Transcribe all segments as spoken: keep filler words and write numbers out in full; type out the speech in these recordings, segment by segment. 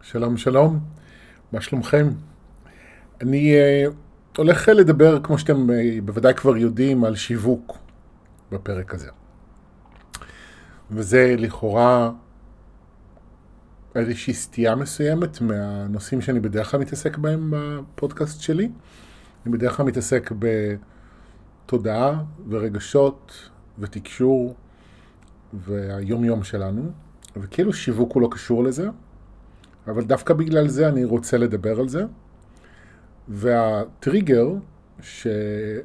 שלום שלום, מה שלומכם? אני uh, הולך לדבר, כמו שאתם uh, בוודאי כבר יודעים, על שיווק בפרק הזה. וזה לכאורה איזושהי סטייה מסוימת מהנושאים שאני בדרך כלל מתעסק בהם בפודקאסט שלי. אני בדרך כלל מתעסק בתודעה ורגשות ותקשור והיום יום שלנו, וכאילו שיווק הוא לא קשור לזה. אבל דווקא בגלל זה אני רוצה לדבר על זה. והטריגר שגרם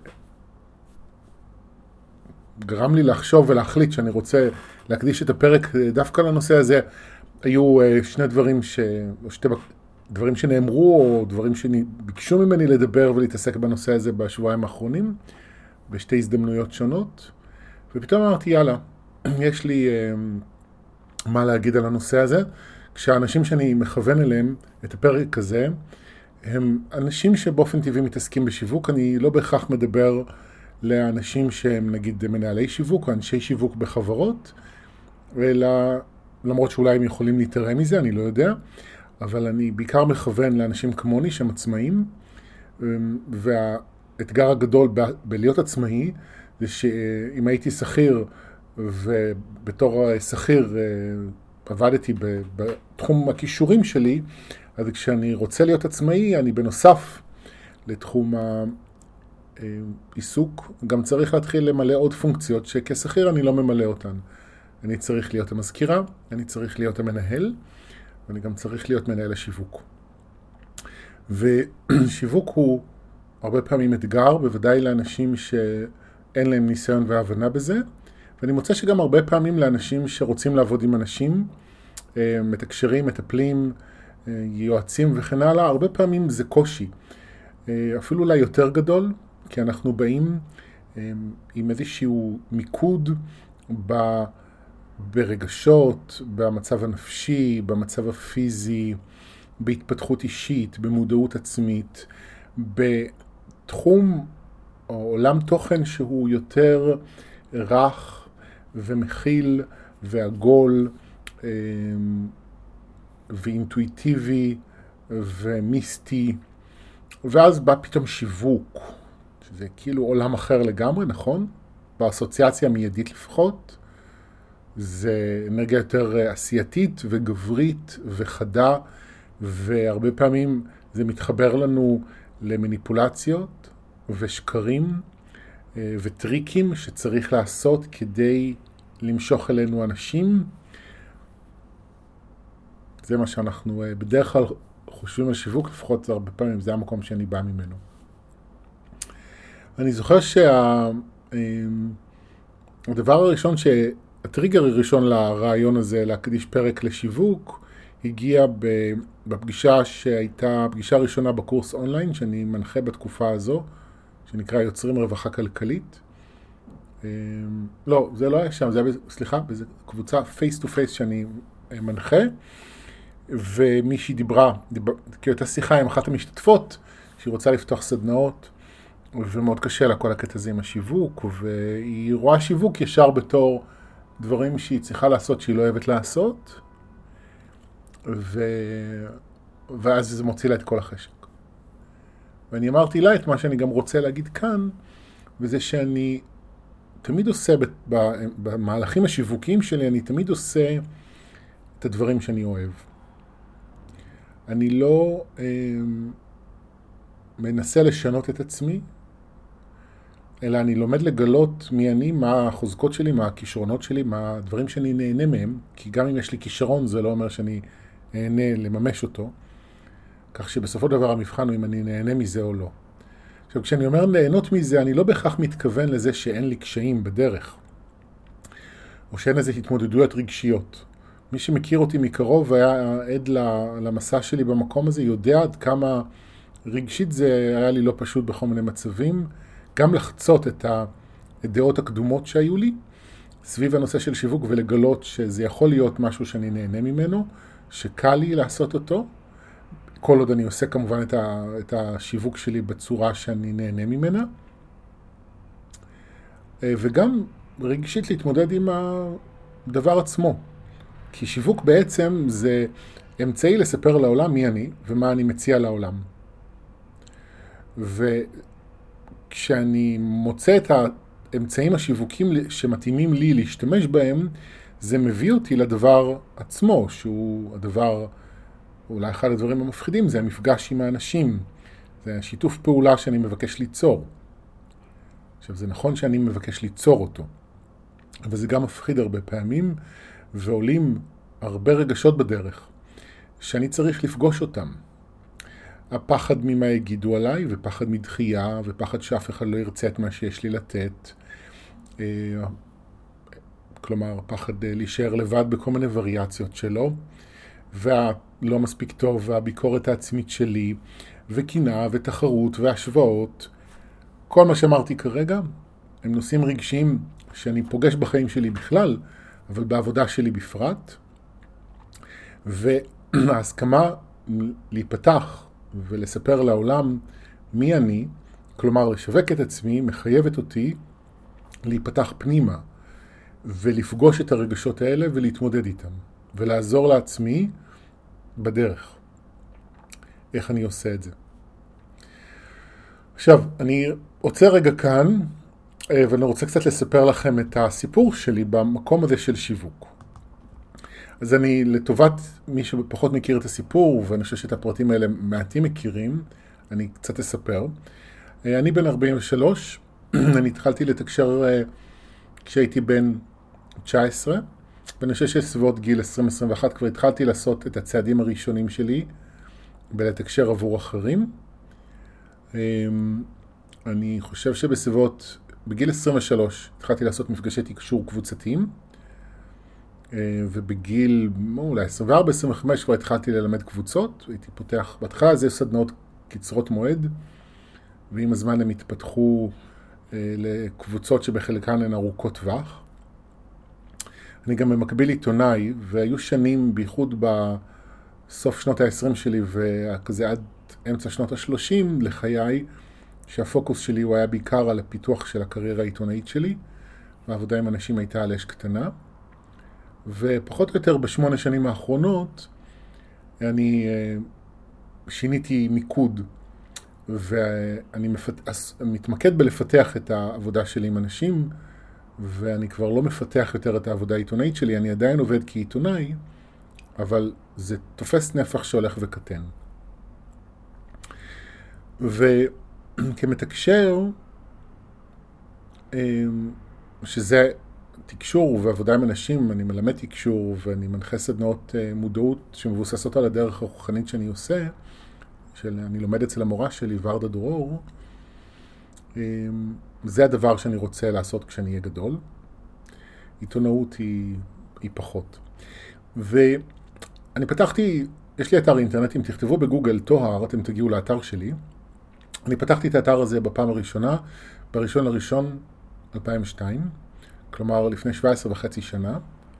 לי לחשוב ולהחליט שאני רוצה להקדיש את הפרק דווקא לנושא הזה, היו שני דברים, ש... או שתי דברים שנאמרו, או דברים שביקשו ממני לדבר ולהתעסק בנושא הזה בשבועיים האחרונים, בשתי הזדמנויות שונות. ופתאום אמרתי, יאללה, יש לי מה להגיד על הנושא הזה. כשהאנשים שאני מכוון אליהם את הפרק הזה, הם אנשים שבאופן טבעי מתעסקים בשיווק. אני לא בהכרח מדבר לאנשים שהם נגיד מנהלי שיווק או אנשי שיווק בחברות, אלא למרות שאולי הם יכולים להתראה מזה, אני לא יודע, אבל אני בעיקר מכוון לאנשים כמוני שהם עצמאים, והאתגר הגדול ב- בלהיות עצמאי זה שאם הייתי שכיר ובתור שכיר עבדתי בתחום הכישורים שלי, אז כשאני רוצה להיות עצמאי, אני בנוסף לתחום העיסוק, גם צריך להתחיל למלא עוד פונקציות שכשכיר אני לא ממלא אותן. אני צריך להיות המזכירה, אני צריך להיות המנהל, ואני גם צריך להיות מנהל השיווק. ושיווק הוא הרבה פעמים אתגר, בוודאי לאנשים שאין להם ניסיון והבנה בזה, ואני מוצא שגם הרבה פעמים לאנשים שרוצים לעבוד עם אנשים, מתקשרים, מטפלים, יועצים וכן הלאה, הרבה פעמים זה קושי. אפילו אולי יותר גדול, כי אנחנו באים עם איזשהו מיקוד ב... ברגשות, במצב הנפשי, במצב הפיזי, בהתפתחות אישית, במודעות עצמית, בתחום או עולם תוכן שהוא יותר רך ומכיל ועגול ואינטואיטיבי ומיסטי, ואז בא פתאום שיווק, שזה כאילו עולם אחר לגמרי, נכון? באסוציאציה המיידית לפחות, זה אנרגיה יותר עשייתית וגברית וחדה, והרבה פעמים זה מתחבר לנו למניפולציות ושקרים וטריקים שצריך לעשות כדי למשוך אלינו אנשים. זה מה שאנחנו בדרך כלל חושבים על שיווק, לפחות זה הרבה פעמים, זה המקום שאני בא ממנו. אני זוכר שהדבר הראשון, שהטריגר הראשון לרעיון הזה להקדיש פרק לשיווק, הגיע בפגישה שהייתה פגישה ראשונה בקורס אונליין שאני מנחה בתקופה הזו, שנקרא יוצרים רווחה כלכלית. לא, זה לא היה שם, זה היה, סליחה, באיזו קבוצה פייס טו פייס שאני מנחה, ומישהי דיברה, דיבר, כי הייתה שיחה עם אחת המשתתפות, שהיא רוצה לפתוח סדנאות, ומאוד קשה לה כל הקטע הזה עם השיווק, והיא רואה שיווק ישר בתור דברים שהיא צריכה לעשות, שהיא לא אוהבת לעשות, ו... ואז זה מוציא לה את כל החשק. ואני אמרתי לה את מה שאני גם רוצה להגיד כאן, וזה שאני תמיד עושה, במהלכים השיווקיים שלי, אני תמיד עושה את הדברים שאני אוהב. אני לא אה, מנסה לשנות את עצמי, אלא אני לומד לגלות מי אני, מה החוזקות שלי, מה הכישרונות שלי, מה הדברים שאני נהנה מהם, כי גם אם יש לי כישרון, זה לא אומר שאני נהנה לממש אותו, כך שבסופו דבר המבחן הוא אם אני נהנה מזה או לא. עכשיו, כשאני אומר ליהנות מזה, אני לא בהכרח מתכוון לזה שאין לי קשיים בדרך, או שאין איזה התמודדויות רגשיות. מי שמכיר אותי מקרוב והיה עד למסע שלי במקום הזה, יודע עד כמה רגשית זה היה לי לא פשוט בכל מיני מצבים, גם לחצות את הדעות הקדומות שהיו לי, סביב הנושא של שיווק, ולגלות שזה יכול להיות משהו שאני נהנה ממנו, שקל לי לעשות אותו, כל עוד אני עושה כמובן את, ה, את השיווק שלי בצורה שאני נהנה ממנה, וגם רגשית להתמודד עם הדבר עצמו. כי שיווק בעצם זה אמצעי לספר לעולם מי אני ומה אני מציע לעולם. וכשאני מוצא את האמצעים השיווקים שמתאימים לי להשתמש בהם, זה מביא אותי לדבר עצמו, שהוא הדבר, אולי אחד הדברים המפחידים, זה המפגש עם האנשים. זה השיתוף פעולה שאני מבקש ליצור. עכשיו, זה נכון שאני מבקש ליצור אותו, אבל זה גם מפחיד הרבה פעמים, ועולים הרבה רגשות בדרך, שאני צריך לפגוש אותם. הפחד ממה יגידו עליי, ופחד מדחייה, ופחד שאף אחד לא ירצה את מה שיש לי לתת. כלומר, פחד להישאר לבד בכל מיני וריאציות שלו, והלא מספיק טוב, והביקורת העצמית שלי, וקנאה ותחרות והשוואות. כל מה שאמרתי כרגע, הם נושאים רגשיים שאני פוגש בחיים שלי בכלל, אבל בעבודה שלי בפרט. וההסכמה להיפתח ולספר לעולם מי אני, כלומר לשווק את עצמי, מחייבת אותי להיפתח פנימה, ולפגוש את הרגשות האלה ולהתמודד איתם, ולעזור לעצמי בדרך. איך אני עושה את זה? עכשיו, אני עוצר רגע כאן, ואני רוצה קצת לספר לכם את הסיפור שלי במקום הזה של שיווק. אז אני, לטובת מי שפחות מכיר את הסיפור, ואני חושב שאת הפרטים האלה מעטים מכירים, אני קצת אספר. אני בן ארבעים ושלוש, אני התחלתי לתקשר כשהייתי בן תשע עשרה, ואני חושב שסביבות גיל עשרים עשרים ואחת כבר התחלתי לעשות את הצעדים הראשונים שלי, בלתקשר עבור אחרים. אני חושב שבסביבות, בגיל עשרים ושלוש, התחלתי לעשות מפגשי תקשור קבוצתיים, ובגיל, אולי עשרים וארבע עשרים וחמש כבר התחלתי ללמד קבוצות, הייתי פותח, בהתחלה זה סדנאות קצרות מועד, ועם הזמן הם התפתחו לקבוצות שבחלקן הן ארוכות טווח. אני גם במקביל עיתונאי, והיו שנים, בייחוד בסוף שנות ה-עשרים שלי, וכזה עד אמצע שנות ה-שלושים לחיי, שהפוקוס שלי הוא היה בעיקר על הפיתוח של הקריירה העיתונאית שלי, והעבודה עם אנשים הייתה על אש קטנה. ופחות או יותר בשמונה שנים האחרונות, אני שיניתי מיקוד, ואני מפת... מתמקד בלפתח את העבודה שלי עם אנשים, ואני כבר לא מפתח יותר את העבודה העיתונאית שלי, אני עדיין עובד כעיתונאי, אבל זה תופס נפח שהולך וקטן. וכמתקשר, שזה תקשור ועבודה עם אנשים, אני מלמד תקשור ואני מנחה סדנאות מודעות שמבוססות על הדרך הרוחנית שאני עושה, שאני לומד אצל המורה שלי, ורדה דרור. זה הדבר שאני רוצה לעשות כשאני אהיה גדול. עיתונאות היא, היא פחות. ואני פתחתי, יש לי אתר אינטרנט, אם תכתבו בגוגל טוהר, אתם תגיעו לאתר שלי. אני פתחתי את האתר הזה בפעם הראשונה, בראשון לראשון אלפיים ושתיים, כלומר לפני שבע עשרה וחצי שנה.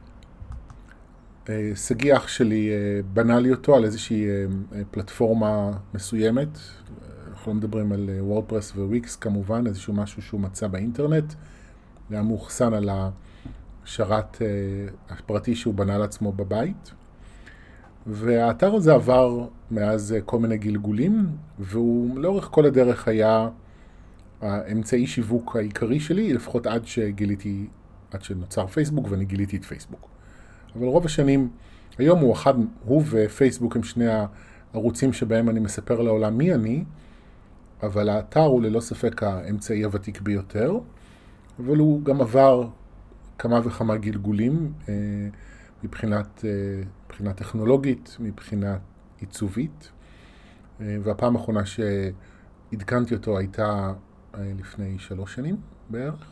סגי אח שלי בנה לי אותו על איזושהי פלטפורמה מסוימת. אנחנו לא מדברים על וורדפרס וויקס כמובן, איזשהו משהו שהוא מצא באינטרנט. זה היה מוכסן על השרת הפרטי שהוא בנה לעצמו בבית. והאתר הזה עבר מאז כל מיני גלגולים, והוא לאורך כל הדרך היה האמצעי שיווק העיקרי שלי, לפחות עד שגיליתי, עד שנוצר פייסבוק ואני גיליתי את פייסבוק. אבל רוב השנים, היום הוא אחד, הוא ופייסבוק הם שני הערוצים שבהם אני מספר לעולם מי אני, אבל האתר הוא ללא ספק האמצעי הוותיק ביותר, אבל הוא גם עבר כמה וכמה גלגולים מבחינת, מבחינת טכנולוגית, מבחינת עיצובית, והפעם האחרונה שהדכנתי אותו הייתה לפני שלוש שנים בערך.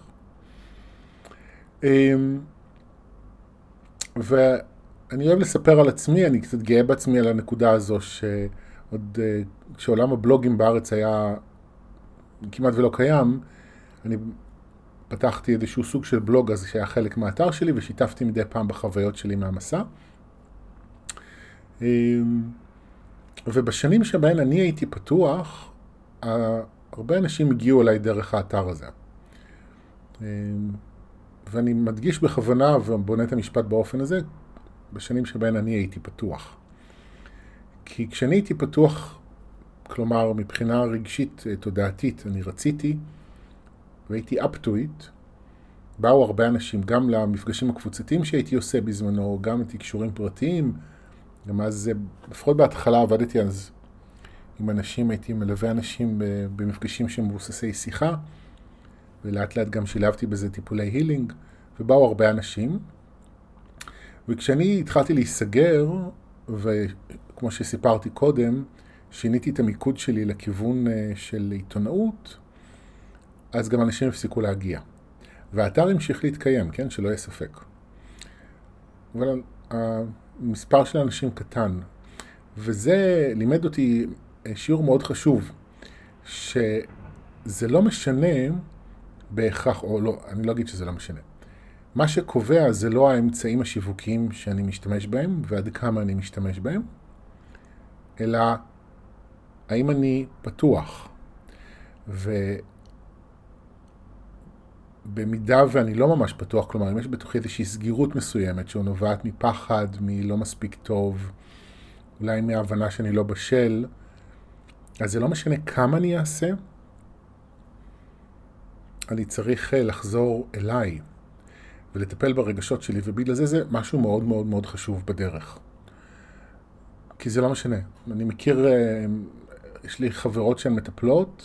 ואני אוהב לספר על עצמי, אני קצת גאה בעצמי על הנקודה הזו, שעוד כשעולם הבלוגים בארץ היה כמעט ולא קיים, אני פתחתי איזשהו סוג של בלוג אז שהיה חלק מהאתר שלי, ושיתפתי מדי פעם בחוויות שלי מהמסע. ובשנים שבהן אני הייתי פתוח, הרבה אנשים הגיעו אליי דרך האתר הזה. ואני מדגיש בכוונה ובונה את המשפט באופן הזה, בשנים שבהן אני הייתי פתוח. כי כשאני הייתי פתוח, כלומר מבחינה רגשית תודעתית, אני רציתי והייתי up to it, באו הרבה אנשים, גם למפגשים הקבוצתיים שהייתי עושה בזמנו, גם לתקשורים פרטיים, גם אז, לפחות בהתחלה עבדתי אז עם אנשים, הייתי מלווה אנשים במפגשים שמבוססי שיחה, ולאט לאט גם שילבתי בזה טיפולי הילינג, ובאו הרבה אנשים. וכשאני התחלתי להיסגר, וכמו שסיפרתי קודם, שיניתי את המיקוד שלי לכיוון של עיתונאות, אז גם אנשים הפסיקו להגיע. והאתר המשיך להתקיים, כן? שלא יהיה ספק. אבל המספר של האנשים קטן, וזה לימד אותי שיעור מאוד חשוב, שזה לא משנה בהכרח, או לא, אני לא אגיד שזה לא משנה. מה שקובע זה לא האמצעים השיווקיים שאני משתמש בהם, ועד כמה אני משתמש בהם, אלא האם אני פתוח. ובמידה ואני לא ממש פתוח, כלומר, אם יש בתוכי איזושהי סגירות מסוימת, שנובעת מפחד, מלא מספיק טוב, אולי מההבנה שאני לא בשל, אז זה לא משנה כמה אני אעשה, אני צריך לחזור אליי ולטפל ברגשות שלי, ובגלל זה זה משהו מאוד מאוד מאוד חשוב בדרך. כי זה לא משנה. אני מכיר, יש לי חברות שהן מטפלות,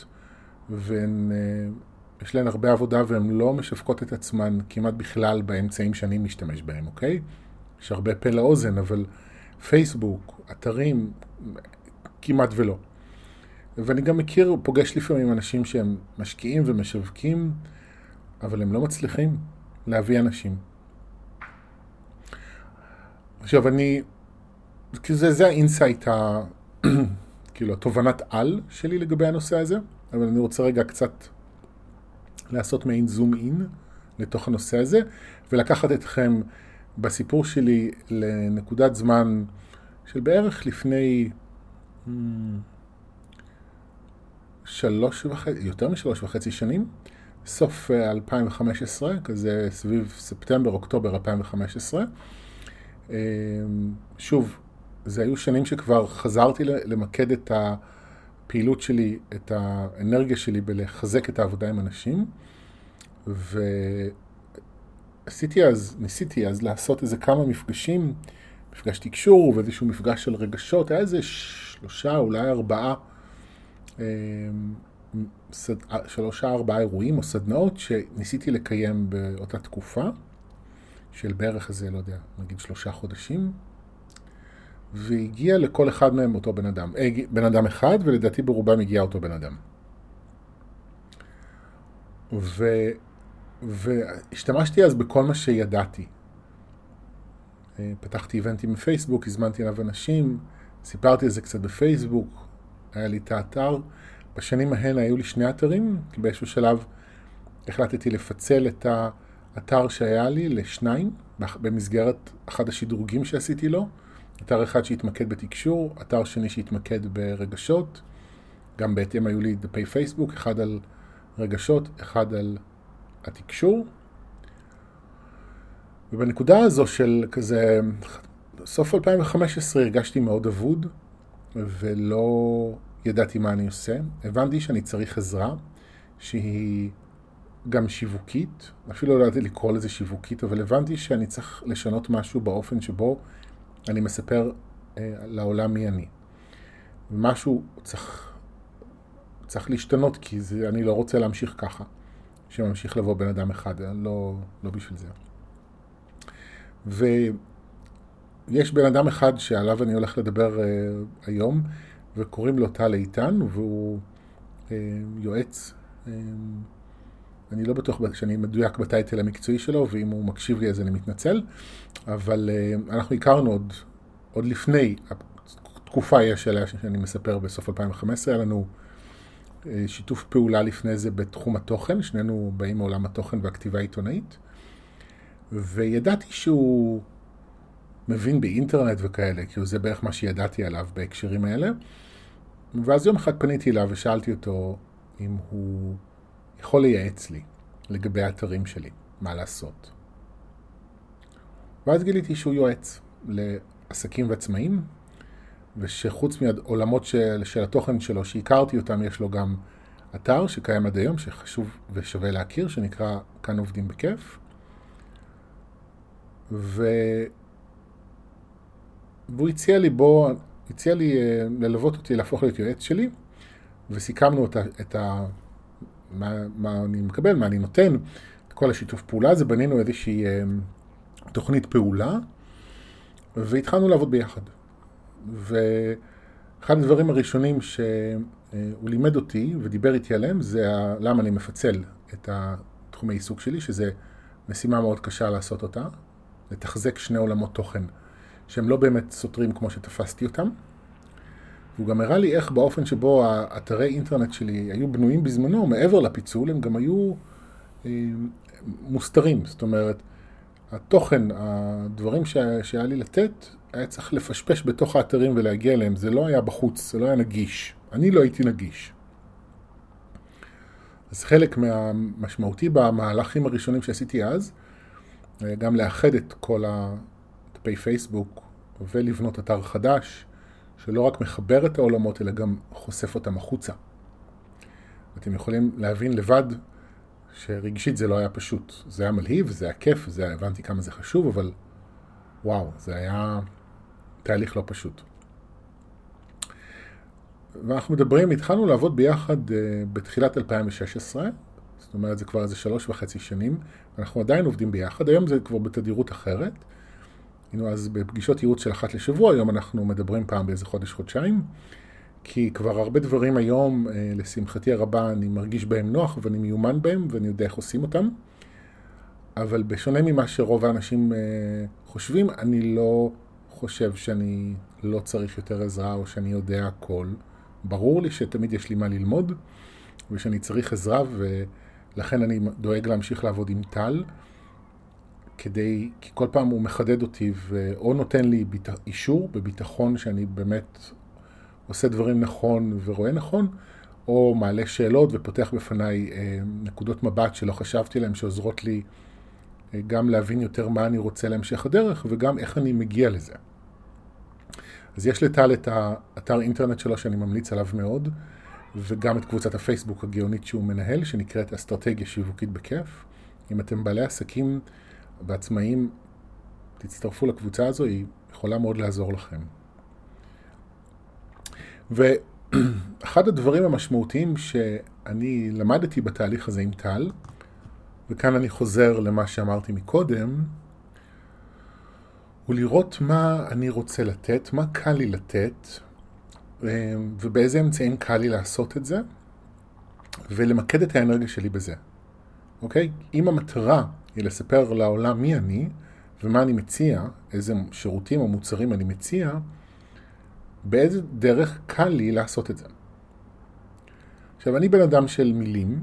ויש להן הרבה עבודה, והן לא משווקות את עצמן כמעט בכלל באמצעים שאני משתמש בהם, אוקיי? יש הרבה פה לאוזן, אבל פייסבוק, אתרים, כמעט ולא. ואני גם מכיר, פוגש לפעמים אנשים שהם משקיעים ומשווקים, אבל הם לא מצליחים להביא אנשים. עכשיו אני, זה, זה האינסייט, ה, כאילו, התובנת על שלי לגבי הנושא הזה, אבל אני רוצה רגע קצת לעשות מעין זום אין לתוך הנושא הזה, ולקחת אתכם בסיפור שלי לנקודת זמן של בערך לפני שלוש וחצי, יותר משלוש וחצי שנים, סוף אלפיים וחמש עשרה, כזה סביב ספטמבר, אוקטובר אלפיים וחמש עשרה. שוב, זה היו שנים שכבר חזרתי למקד את הפעילות שלי, את האנרגיה שלי בלחזק את העבודה עם אנשים, ועשיתי אז, ניסיתי אז לעשות איזה כמה מפגשים, מפגש תקשור ואיזשהו מפגש של רגשות, היה איזה שלושה, אולי ארבעה, שלושה ארבעה אירועים או סדנאות שניסיתי לקיים באותה תקופה של בערך איזה, לא יודע, נגיד שלושה חודשים, והגיע לכל אחד מהם אותו בן אדם, בן אדם אחד, ולדעתי ברובם הגיע אותו בן אדם. ו... והשתמשתי אז בכל מה שידעתי. פתחתי איבנטים בפייסבוק, הזמנתי אליו אנשים, סיפרתי על זה קצת בפייסבוק, היה לי את האתר. בשנים ההן היו לי שני אתרים, כי באיזשהו שלב החלטתי לפצל את האתר שהיה לי לשניים, במסגרת אחד השדרוגים שעשיתי לו. אתר אחד שהתמקד בתקשור, אתר שני שהתמקד ברגשות, גם בהתאם היו לי דפי פייסבוק, אחד על רגשות, אחד על התקשור. ובנקודה הזו של כזה, סוף אלפיים וחמש עשרה הרגשתי מאוד אבוד, ולא ידעתי מה אני עושה. הבנתי שאני צריך עזרה, שהיא גם שיווקית, אפילו לא ידעתי לקרוא לזה שיווקית, אבל הבנתי שאני צריך לשנות משהו באופן שבו אני מספר אה, לעולם מי אני. ומשהו צריך, צריך להשתנות, כי זה, אני לא רוצה להמשיך ככה, שממשיך לבוא בן אדם אחד, לא, לא בשביל זה. ויש בן אדם אחד שעליו אני הולך לדבר אה, היום, וקוראים לו טל איתן, והוא אה, יועץ, אה, אני לא בטוח שאני מדויק בטייטל המקצועי שלו, ואם הוא מקשיב לי אז אני מתנצל, אבל uh, אנחנו הכרנו עוד, עוד לפני, התקופה יש עליה שאני מספר בסוף אלפיים וחמש עשרה, היה לנו uh, שיתוף פעולה לפני זה בתחום התוכן, שנינו באים מעולם התוכן והכתיבה העיתונאית, וידעתי שהוא מבין באינטרנט וכאלה, כי זה בערך מה שידעתי עליו בהקשרים האלה, ואז יום אחד פניתי אליו ושאלתי אותו אם הוא יכול לייעץ לי לגבי האתרים שלי, מה לעשות. ואז גיליתי שהוא יועץ לעסקים ועצמאים, ושחוץ מהעולמות של, של התוכן שלו, שהכרתי אותם, יש לו גם אתר שקיים עד היום, שחשוב ושווה להכיר, שנקרא כאן עובדים בכיף. ו... והוא הציע לי בו, הציע לי ללוות אותי, להפוך להיות יועץ שלי, וסיכמנו את ה... את ה... מה, מה אני מקבל, מה אני נותן, את כל השיתוף פעולה הזה, בנינו איזושהי תוכנית פעולה, והתחלנו לעבוד ביחד. ואחד הדברים הראשונים שהוא לימד אותי ודיבר איתי עליהם, זה למה אני מפצל את התחומי עיסוק שלי, שזה משימה מאוד קשה לעשות אותה, לתחזק שני עולמות תוכן, שהם לא באמת סותרים כמו שתפסתי אותם. והוא גם הראה לי איך באופן שבו האתרי אינטרנט שלי היו בנויים בזמנו, מעבר לפיצול, הם גם היו אה, מוסתרים. זאת אומרת, התוכן, הדברים שהיה לי לתת, היה צריך לפשפש בתוך האתרים ולהגיע אליהם. זה לא היה בחוץ, זה לא היה נגיש. אני לא הייתי נגיש. אז חלק מהמשמעותי במהלכים הראשונים שעשיתי אז, גם לאחד את כל הדפי פייסבוק ולבנות אתר חדש, שלא רק מחבר את העולמות, אלא גם חושף אותם החוצה. אתם יכולים להבין לבד שרגשית זה לא היה פשוט. זה היה מלהיב, זה היה כיף, זה היה, הבנתי כמה זה חשוב, אבל וואו, זה היה תהליך לא פשוט. ואנחנו מדברים, התחלנו לעבוד ביחד בתחילת אלפיים ושש עשרה, זאת אומרת, זה כבר איזה שלוש וחצי שנים, אנחנו עדיין עובדים ביחד, היום זה כבר בתדירות אחרת, היינו אז בפגישות ייעוץ של אחת לשבוע, היום אנחנו מדברים פעם באיזה חודש, חודשיים, כי כבר הרבה דברים היום, לשמחתי הרבה, אני מרגיש בהם נוח ואני מיומן בהם ואני יודע איך עושים אותם, אבל בשונה ממה שרוב האנשים חושבים, אני לא חושב שאני לא צריך יותר עזרה או שאני יודע הכל. ברור לי שתמיד יש לי מה ללמוד ושאני צריך עזרה, ולכן אני דואג להמשיך לעבוד עם טל, כדי, כי כל פעם הוא מחדד אותי או נותן לי ביט... אישור בביטחון שאני באמת עושה דברים נכון ורואה נכון, או מעלה שאלות ופותח בפניי אה, נקודות מבט שלא חשבתי להם, שעוזרות לי אה, גם להבין יותר מה אני רוצה להמשך הדרך וגם איך אני מגיע לזה. אז יש לטל את האתר אינטרנט שלו שאני ממליץ עליו מאוד, וגם את קבוצת הפייסבוק הגאונית שהוא מנהל, שנקראת אסטרטגיה שיווקית בכיף. אם אתם בעלי עסקים ועצמאים, תצטרפו לקבוצה הזו, היא יכולה מאוד לעזור לכם. ואחד הדברים המשמעותיים שאני למדתי בתהליך הזה עם טל, וכאן אני חוזר למה שאמרתי מקודם, הוא לראות מה אני רוצה לתת, מה קל לי לתת, ובאיזה אמצעים קל לי לעשות את זה, ולמקד את האנרגיה שלי בזה. אוקיי? אם המטרה היא לספר לעולם מי אני, ומה אני מציע, איזה שירותים או מוצרים אני מציע, באיזה דרך קל לי לעשות את זה. עכשיו, אני בן אדם של מילים,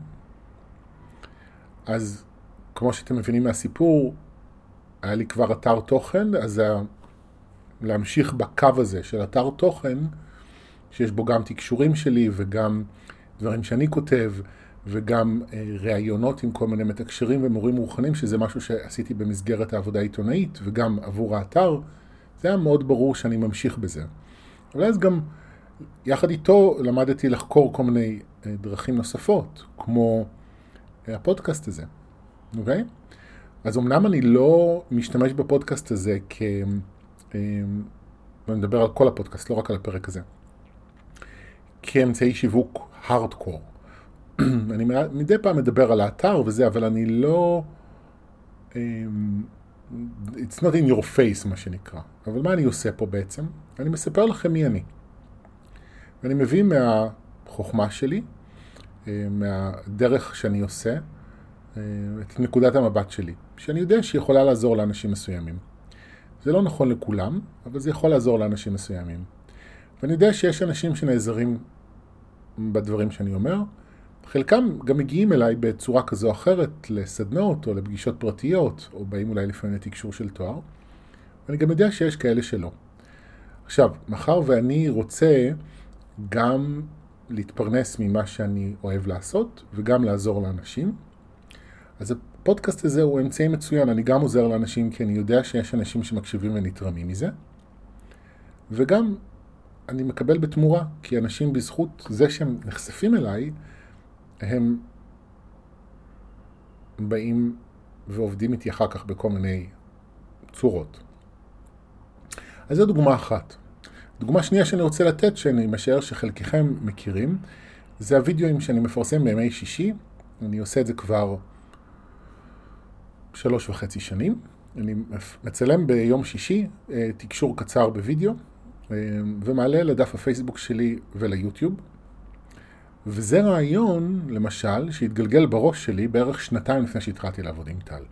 אז כמו שאתם מבינים מהסיפור, היה לי כבר אתר תוכן, אז להמשיך בקו הזה של אתר תוכן, שיש בו גם תקשורים שלי וגם דברים שאני כותב, וגם ראיונות עם כל מיני מתקשרים ומורים רוחנים, שזה משהו שעשיתי במסגרת העבודה העיתונאית, וגם עבור האתר, זה היה מאוד ברור שאני ממשיך בזה. אבל אז גם יחד איתו למדתי לחקור כל מיני דרכים נוספות, כמו הפודקאסט הזה. אוקיי? אז אמנם אני לא משתמש בפודקאסט הזה כ... אני מדבר על כל הפודקאסט, לא רק על הפרק הזה. כאמצעי שיווק הארדקור. אני מדי פעם מדבר על האתר וזה, אבל אני לא... It's not in your face, מה שנקרא. אבל מה אני עושה פה בעצם? אני מספר לכם מי אני. ואני מביא מהחוכמה שלי, מהדרך שאני עושה, את נקודת המבט שלי, שאני יודע שהיא יכולה לעזור לאנשים מסוימים. זה לא נכון לכולם, אבל זה יכול לעזור לאנשים מסוימים. ואני יודע שיש אנשים שנעזרים בדברים שאני אומר, חלקם גם מגיעים אליי בצורה כזו או אחרת לסדנות או לפגישות פרטיות, או באים אולי לפעמים לתקשור של תואר, ואני גם יודע שיש כאלה שלא. עכשיו, מחר ואני רוצה גם להתפרנס ממה שאני אוהב לעשות, וגם לעזור לאנשים, אז הפודקאסט הזה הוא אמצעי מצוין, אני גם עוזר לאנשים כי אני יודע שיש אנשים שמקשיבים ונתרמים מזה, וגם אני מקבל בתמורה, כי אנשים בזכות זה שהם נחשפים אליי, הם באים ועובדים איתי אחר כך בכל מיני צורות. אז זו דוגמה אחת. דוגמה שנייה שאני רוצה לתת, שאני משער שחלקכם מכירים, זה הוידאוים שאני מפרסם בימי שישי. אני עושה את זה כבר שלוש וחצי שנים. אני מצלם ביום שישי תקשור קצר בוידאו, ומעלה לדף הפייסבוק שלי וליוטיוב. וזה רעיון, למשל, שהתגלגל בראש שלי בערך שנתיים לפני שהתחלתי לעבוד עם טל.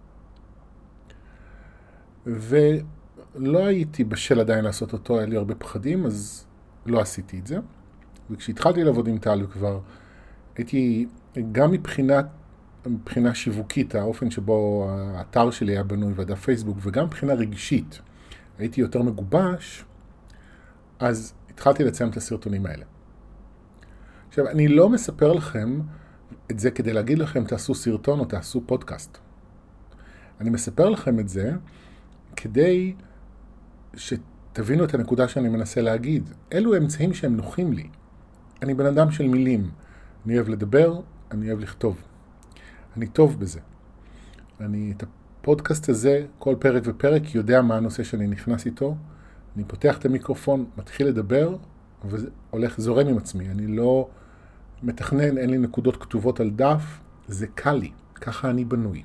ולא הייתי בשל עדיין לעשות אותו, היה לי הרבה פחדים, אז לא עשיתי את זה. וכשהתחלתי לעבוד עם טל כבר, הייתי גם מבחינת, מבחינה שיווקית, האופן שבו האתר שלי היה בנוי והדף פייסבוק, וגם מבחינה רגשית, הייתי יותר מגובש, אז התחלתי לציין את הסרטונים האלה. עכשיו, אני לא מספר לכם את זה כדי להגיד לכם תעשו סרטון או תעשו פודקאסט. אני מספר לכם את זה כדי שתבינו את הנקודה שאני מנסה להגיד. אלו אמצעים שהם נוחים לי. אני בן אדם של מילים. אני אוהב לדבר, אני אוהב לכתוב. אני טוב בזה. אני את הפודקאסט הזה, כל פרק ופרק, יודע מה הנושא שאני נכנס איתו. אני פותח את המיקרופון, מתחיל לדבר, והולך זורם עם עצמי. אני לא מתכנן, אין לי נקודות כתובות על דף, זה קל לי. ככה אני בנוי.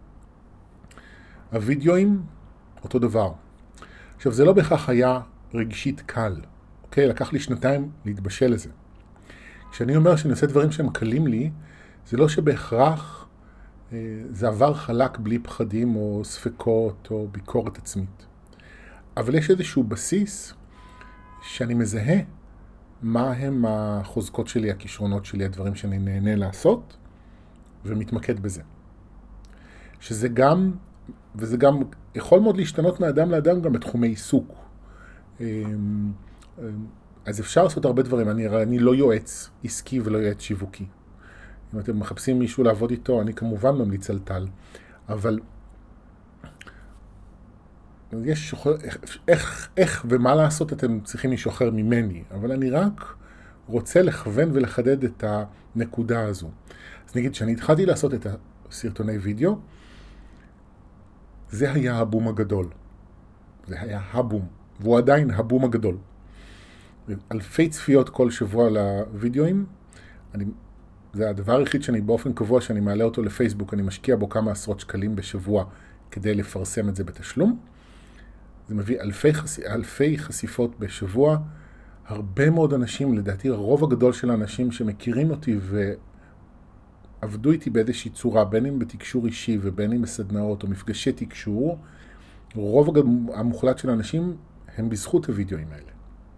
הוידאוים, אותו דבר. עכשיו, זה לא בהכרח היה רגשית קל. אוקיי? לקח לי שנתיים להתבשל לזה. כשאני אומר שאני עושה דברים שהם קלים לי, זה לא שבהכרח אה, זה עבר חלק בלי פחדים או ספקות או ביקורת עצמית. אבל יש איזשהו בסיס שאני מזהה מה הם החוזקות שלי, הכישרונות שלי, הדברים שאני נהנה לעשות, ומתמקד בזה. שזה גם, וזה גם יכול מאוד להשתנות מאדם לאדם גם בתחומי עיסוק. אז אפשר לעשות הרבה דברים. אני, אני לא יועץ עסקי ולא יועץ שיווקי. אם אתם מחפשים מישהו לעבוד איתו, אני כמובן ממליץ על טל. אבל יש שוחר, איך, איך ומה לעשות אתם צריכים מישהו אחר ממני. אבל אני רק רוצה לכוון ולחדד את הנקודה הזו. אז נגיד שאני התחלתי לעשות את הסרטוני וידאו, זה היה הבום הגדול. זה היה הבום. והוא עדיין הבום הגדול. אלפי צפיות כל שבוע לוידאוים. אני, זה הדבר היחיד שאני באופן קבוע שאני מעלה אותו לפייסבוק. אני משקיע בו כמה עשרות שקלים בשבוע כדי לפרסם את זה בתשלום. זה מביא אלפי, חש... אלפי חשיפות בשבוע. הרבה מאוד אנשים, לדעתי הרוב הגדול של האנשים שמכירים אותי ועבדו איתי באיזושהי צורה, בין אם בתקשור אישי ובין אם בסדנאות או מפגשי תקשור, רוב המוחלט של האנשים הם בזכות הוידאוים האלה.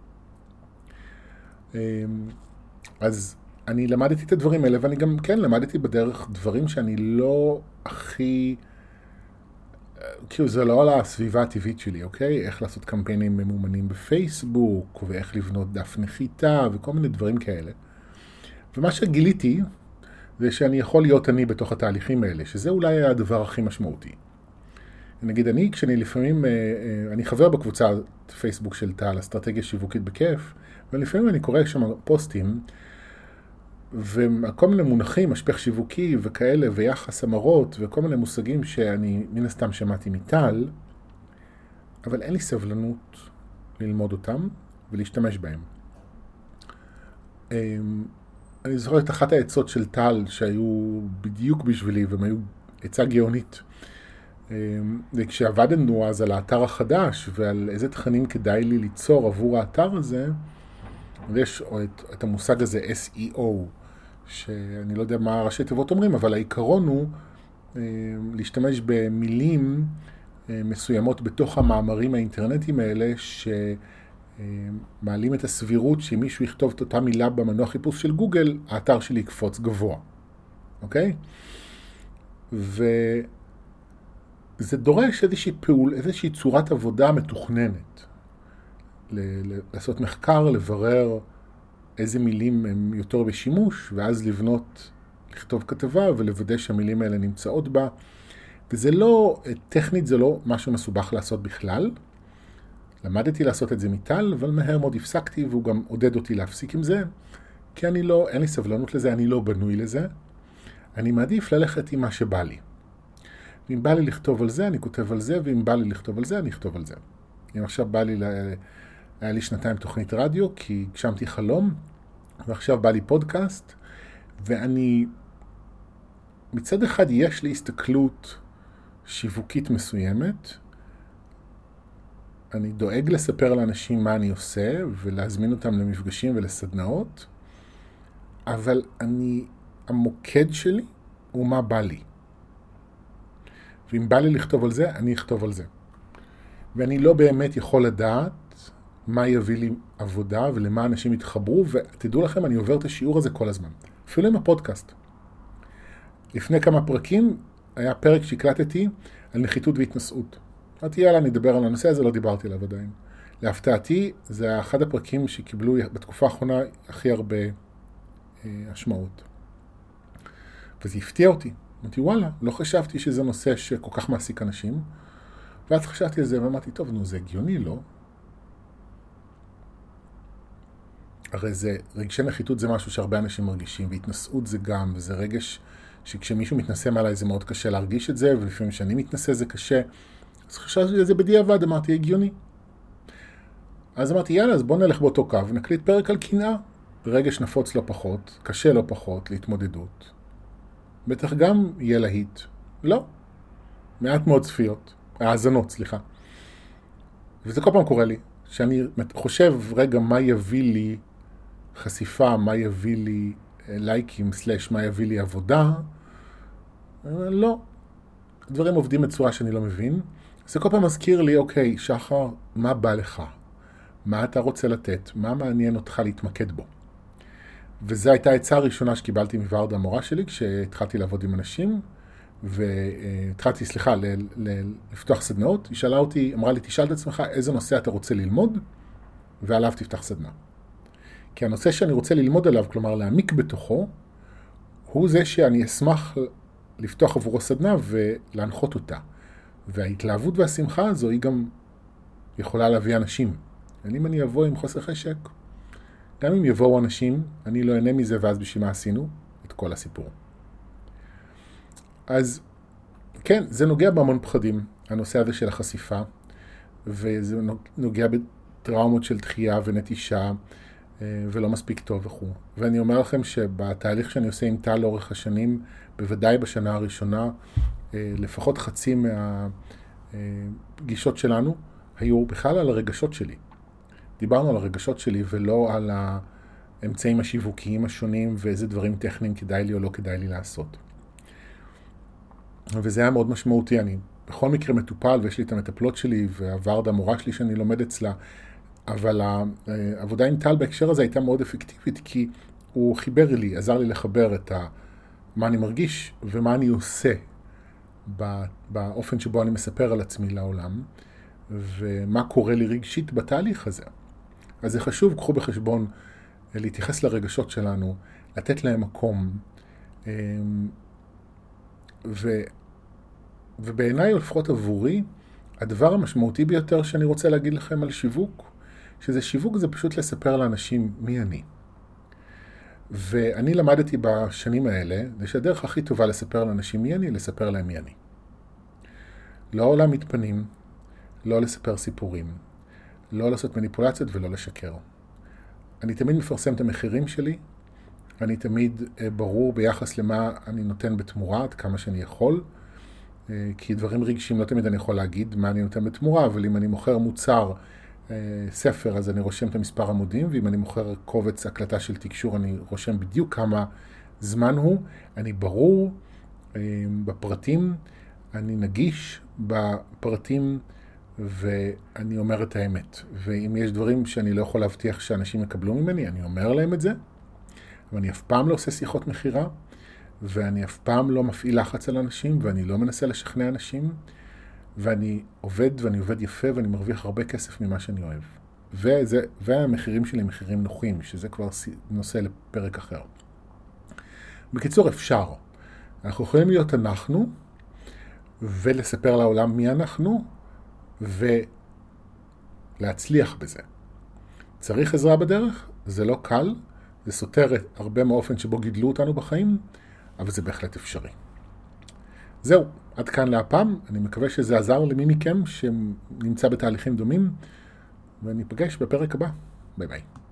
אז אני למדתי את הדברים האלה, ואני גם כן למדתי בדרך דברים שאני לא הכי, כאילו זה לא על הסביבה הטבעית שלי, אוקיי? איך לעשות קמפיינים ממומנים בפייסבוק, ואיך לבנות דף נחיתה, וכל מיני דברים כאלה. ומה שגיליתי, זה שאני יכול להיות אני בתוך התהליכים האלה, שזה אולי הדבר הכי משמעותי. נגיד אני, כשאני לפעמים, אני חבר בקבוצה פייסבוק של טל, אסטרטגיה שיווקית בכיף, ולפעמים אני קורא שם פוסטים, וכל מיני מונחים, משפך שיווקי וכאלה, ויחס המרות, וכל מיני מושגים שאני מן הסתם שמעתי מטל, אבל אין לי סבלנות ללמוד אותם ולהשתמש בהם. אני זוכר את אחת העצות של טל שהיו בדיוק בשבילי, והם היו עצה גאונית. וכשעבדנו אז על האתר החדש, ועל איזה תכנים כדאי לי ליצור עבור האתר הזה, ויש את, את המושג הזה אס אי או, שאני לא יודע מה ראשי תיבות אומרים, אבל העיקרון הוא אה, להשתמש במילים אה, מסוימות בתוך המאמרים האינטרנטיים האלה, שמעלים את הסבירות שאם מישהו יכתוב את אותה מילה במנוע חיפוש של גוגל, האתר שלי יקפוץ גבוה. אוקיי? וזה דורש איזושהי פעול, איזושהי צורת עבודה מתוכננת. לעשות מחקר, לברר איזה מילים הם יותר בשימוש, ואז לבנות, לכתוב כתבה ולוודא שהמילים האלה נמצאות בה. וזה לא, טכנית זה לא משהו מסובך לעשות בכלל, למדתי לעשות את זה מטל, אבל מהר מאוד הפסקתי, והוא גם עודד אותי להפסיק עם זה, כי אני לא, אין לי סבלנות לזה, אני לא בנוי לזה. אני מעדיף ללכת עם מה שבא לי. ואם בא לי לכתוב על זה, אני כותב על זה, ואם בא לי לכתוב על זה, אני אכתוב על זה. אם עכשיו בא לי, היה לי שנתיים תוכנית רדיו, כי הגשמתי חלום, ועכשיו בא לי פודקאסט, ואני, מצד אחד יש לי הסתכלות שיווקית מסוימת, אני דואג לספר לאנשים מה אני עושה, ולהזמין אותם למפגשים ולסדנאות, אבל אני, המוקד שלי הוא מה בא לי. ואם בא לי לכתוב על זה, אני אכתוב על זה. ואני לא באמת יכול לדעת מה יביא לי עבודה ולמה אנשים יתחברו, ותדעו לכם, אני עובר את השיעור הזה כל הזמן. אפילו עם הפודקאסט. לפני כמה פרקים היה פרק שהקלטתי על נחיתות והתנסות. אמרתי, יאללה, אני אדבר על הנושא הזה, לא דיברתי עליו עדיין. להפתעתי, זה אחד הפרקים שקיבלו בתקופה האחרונה הכי הרבה אה, השמעות. וזה הפתיע אותי. אמרתי, וואלה, לא חשבתי שזה נושא שכל כך מעסיק אנשים. ואז חשבתי על זה ואמרתי, טוב, נו, זה הגיוני, לא? הרי זה, רגשי נחיתות זה משהו שהרבה אנשים מרגישים, והתנסות זה גם, וזה רגש שכשמישהו מתנסה מעליי זה מאוד קשה להרגיש את זה, ולפעמים כשאני מתנסה זה קשה. אז חשבתי על זה בדיעבד, אמרתי, הגיוני. אז אמרתי, יאללה, אז בוא נלך באותו קו, ונקליט פרק על קנאה. רגש נפוץ לא פחות, קשה לא פחות, להתמודדות. בטח גם יהיה להיט. לא. מעט מאוד צפיות. האזנות, סליחה. וזה כל פעם קורה לי, שאני חושב, רגע, מה יביא לי חשיפה, מה יביא לי לייקים, סלש, מה יביא לי עבודה? לא. הדברים עובדים בצורה שאני לא מבין. זה כל פעם מזכיר לי, אוקיי, שחר, מה בא לך? מה אתה רוצה לתת? מה מעניין אותך להתמקד בו? וזו הייתה העצה הראשונה שקיבלתי מוורדה, המורה שלי, כשהתחלתי לעבוד עם אנשים, והתחלתי, סליחה, ל- ל- לפתוח סדנאות. היא שאלה אותי, אמרה לי, תשאל את עצמך איזה נושא אתה רוצה ללמוד, ועליו תפתח סדנה. כי הנושא שאני רוצה ללמוד עליו, כלומר להעמיק בתוכו, הוא זה שאני אשמח לפתוח עבורו סדנה ולהנחות אותה. וההתלהבות והשמחה הזו היא גם יכולה להביא אנשים. אם אני אבוא עם חוסר חשק, גם אם יבואו אנשים, אני לא אהנה מזה, ואז בשביל מה עשינו את כל הסיפור. אז כן, זה נוגע בהמון פחדים, הנושא הזה של החשיפה, וזה נוגע בטראומות של דחייה ונטישה, ולא מספיק טוב וכו'. ואני אומר לכם שבתהליך שאני עושה עם טל לאורך השנים, בוודאי בשנה הראשונה, לפחות חצי מהפגישות שלנו היו בכלל על הרגשות שלי. דיברנו על הרגשות שלי ולא על האמצעים השיווקיים השונים ואיזה דברים טכניים כדאי לי או לא כדאי לי לעשות. וזה היה מאוד משמעותי. אני בכל מקרה מטופל ויש לי את המטפלות שלי והוורדה המורה שלי שאני לומד אצלה, אבל העבודה עם טל בהקשר הזה הייתה מאוד אפקטיבית, כי הוא חיבר לי, עזר לי לחבר את ה, מה אני מרגיש ומה אני עושה באופן שבו אני מספר על עצמי לעולם, ומה קורה לי רגשית בתהליך הזה. אז זה חשוב, קחו בחשבון להתייחס לרגשות שלנו, לתת להם מקום, ו, ובעיניי, לפחות עבורי, הדבר המשמעותי ביותר שאני רוצה להגיד לכם על שיווק, שזה שיווק זה פשוט לספר לאנשים מי אני. ואני למדתי בשנים האלה, שהדרך הכי טובה לספר לאנשים מי אני, לספר להם מי אני. לא להעמיד פנים, לא לספר סיפורים, לא לעשות מניפולציות ולא לשקר. אני תמיד מפרסם את המחירים שלי, אני תמיד ברור ביחס למה אני נותן בתמורה, עד כמה שאני יכול, כי דברים רגשיים לא תמיד אני יכול להגיד מה אני נותן בתמורה, אבל אם אני מוכר מוצר, ספר, אז אני רושם את המספר עמודים, ואם אני מוכר קובץ הקלטה של תקשור, אני רושם בדיוק כמה זמן הוא, אני ברור בפרטים, אני נגיש בפרטים, ואני אומר את האמת. ואם יש דברים שאני לא יכול להבטיח שאנשים יקבלו ממני, אני אומר להם את זה, ואני אף פעם לא עושה שיחות מחירה, ואני אף פעם לא מפעיל לחץ על אנשים, ואני לא מנסה לשכנע אנשים, ואני עובד, ואני עובד יפה, ואני מרוויח הרבה כסף ממה שאני אוהב. וזה, והמחירים שלי מחירים נוחים, שזה כבר נושא לפרק אחר. בקיצור, אפשר. אנחנו יכולים להיות אנחנו, ולספר לעולם מי אנחנו, להצליח בזה. צריך עזרה בדרך, זה לא קל, זה סותר הרבה מאופן שבו גידלו אותנו בחיים, אבל זה בהחלט אפשרי. זהו, עד כאן להפעם, אני מקווה שזה עזר למי מכם שנמצא בתהליכים דומים, ואני אפגש בפרק הבא. ביי ביי.